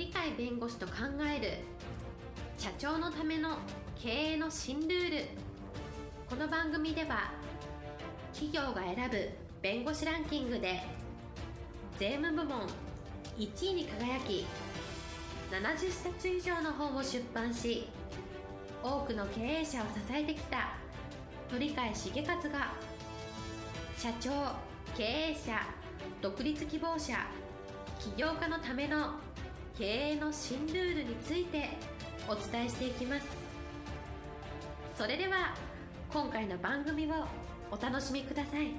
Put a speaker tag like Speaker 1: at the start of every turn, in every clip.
Speaker 1: 鳥飼弁護士と考える社長のための経営の新ルール。この番組では企業が選ぶ弁護士ランキングで税務部門1位に輝き、70冊以上の本を出版し、多くの経営者を支えてきた鳥飼茂勝が、社長、経営者、独立希望者、起業家のための経営の新ルールについてお伝えしていきます。それでは今回の番組をお楽しみください。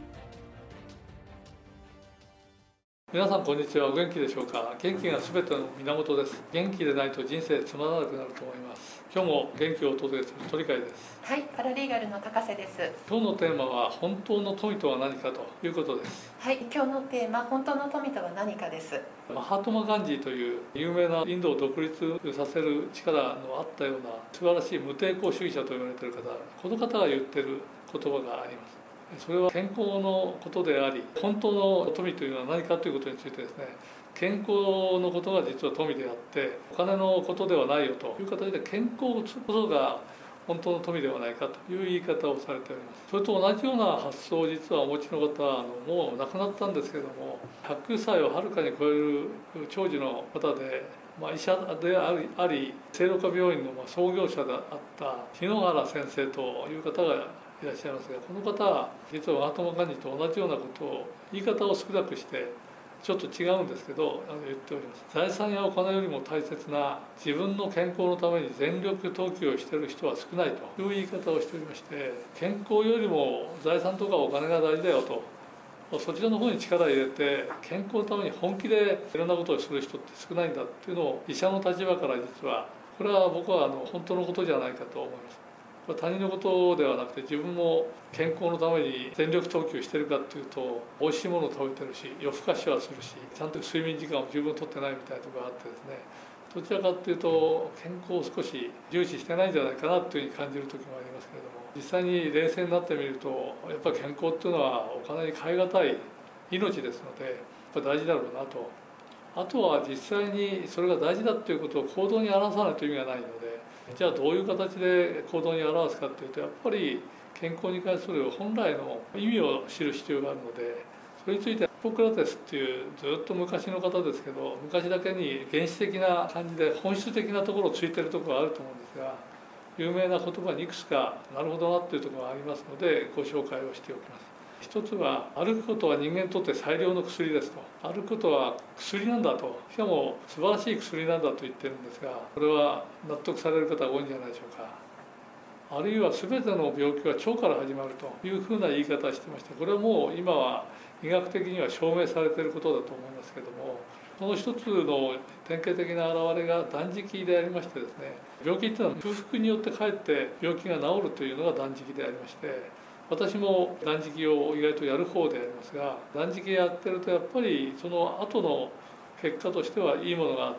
Speaker 2: 皆さんこんにちは。お元気でしょうか。元気が全ての源です。元気でないと人生つまらなくなると思います。今日も元気をお届けする鳥飼です。
Speaker 3: はい、パラリーガルの高瀬です。
Speaker 2: 今日のテーマは本当の富とは何かということです。
Speaker 3: はい、今日のテーマ、本当の富とは何かです。
Speaker 2: マハトマ・ガンジーという有名なインドを独立させる力のあったような素晴らしい無抵抗主義者と言われている方、この方が言っている言葉があります。それは健康のことであり、本当の富というのは何かということについてですね、健康のことが実は富であってお金のことではないよという形で、健康こそが本当の富ではないかという言い方をされております。それと同じような発想を実はお持ちの方はもう亡くなったんですけれども、100歳をはるかに超える長寿の方で、医者であり聖路加病院の創業者であった日野原先生という方がいらっしゃいますが、この方は実はマハトマ・ガンジーと同じようなことを、言い方を少なくしてちょっと違うんですけど言っております。財産やお金よりも大切な自分の健康のために全力投球をしている人は少ないという言い方をしておりまして、健康よりも財産とかお金が大事だよと、そちらの方に力を入れて健康のために本気でいろんなことをする人って少ないんだっていうのを、医者の立場から実はこれは僕は本当のことじゃないかと思います。他人のことではなくて、自分も健康のために全力投球してるかっていうと、美味しいものを食べてるし、夜更かしはするし、ちゃんと睡眠時間を十分とってないみたいなところがあってですね、どちらかっていうと健康を少し重視してないんじゃないかなというふうに感じる時もありますけれども、実際に冷静になってみると、やっぱり健康っていうのはお金に代え難い命ですので、やっぱり大事だろうなと。あとは実際にそれが大事だということを行動に表さないと意味がないので、じゃあどういう形で行動に表すかというと、やっぱり健康に関する本来の意味を知る必要があるので、それについてヒポクラテスっていうずっと昔の方ですけど、昔だけに原始的な感じで本質的なところをついてるところがあると思うんですが、有名な言葉にいくつかなるほどなっていうところがありますので、ご紹介をしておきます。一つは、歩くことは人間にとって最良の薬ですと。歩くことは薬なんだと、しかも素晴らしい薬なんだと言ってるんですが、これは納得される方が多いんじゃないでしょうか。あるいは全ての病気は腸から始まるというふうな言い方をしてまして、これはもう今は医学的には証明されていることだと思いますけども、この一つの典型的な表れが断食でありましてですね、病気っていうのは空腹によってかえって病気が治るというのが断食でありまして、私も断食を意外とやる方でありますが、断食やってるとやっぱりその後の結果としてはいいものがあって、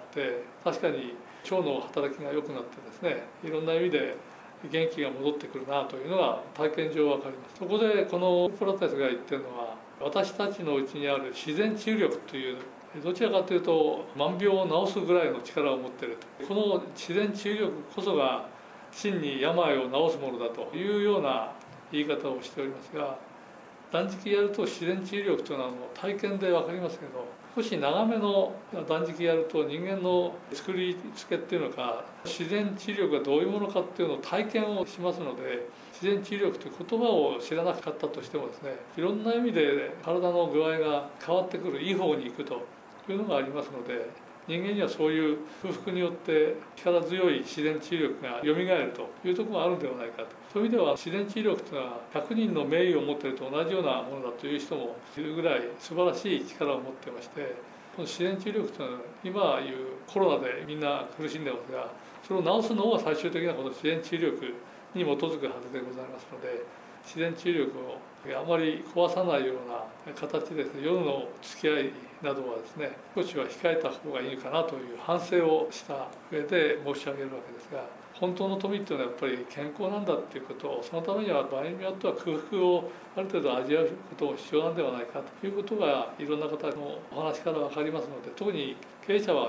Speaker 2: 確かに腸の働きが良くなってですね、いろんな意味で元気が戻ってくるなというのが体験上分かります。そこでこのヒポクラテスが言ってるのは、私たちのうちにある自然治癒力という、どちらかというと万病を治すぐらいの力を持っていると。この自然治癒力こそが真に病を治すものだというような言い方をしておりますが、断食やると自然治癒力というのは体験で分かりますけど、少し長めの断食やると人間の作り付けっていうのか、自然治癒力がどういうものかっていうのを体験をしますので、自然治癒力という言葉を知らなかったとしてもですね、いろんな意味で体の具合が変わってくる、いい方に行くというのがありますので、人間にはそういう空腹によって力強い自然治癒力がよみがえるというところがあるんではないかと。そういう意味では自然治癒力というのは100人の名誉を持っていると同じようなものだという人もいるぐらい素晴らしい力を持っていまして、この自然治癒力というのは今いうコロナでみんな苦しんでますが、それを治すのは最終的なこの自然治癒力に基づくはずでございますので、自然治癒力をあまり壊さないような形でですね、夜の付き合いなどはですね、少しは控えた方がいいかなという反省をした上で申し上げるわけですが、本当の富っていうのはやっぱり健康なんだっていうことを、そのためには場合によっては空腹をある程度味わうことも必要なんではないかということがいろんな方のお話から分かりますので、特に経営者は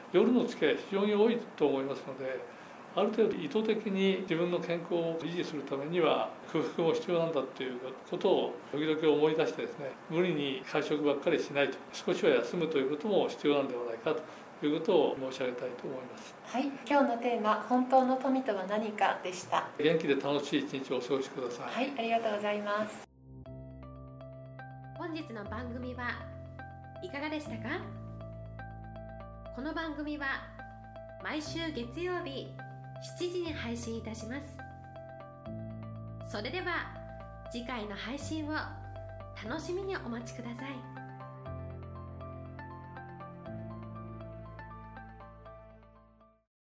Speaker 2: 夜の付き合いが非常に多いと思いますので、ある程度意図的に自分の健康を維持するためには空腹も必要なんだということを時々思い出してですね、無理に会食ばっかりしないと、少しは休むということも必要なんではないかということを申し上げたいと思います。
Speaker 3: はい、今日のテーマ、本当の富とは何かでした。
Speaker 2: 元気で楽しい一日をお過ごしください。
Speaker 3: はい、ありがとうございます。
Speaker 1: 本日の番組はいかがでしたか？この番組は毎週月曜日7時に配信いたします。それでは次回の配信を楽しみにお待ちください。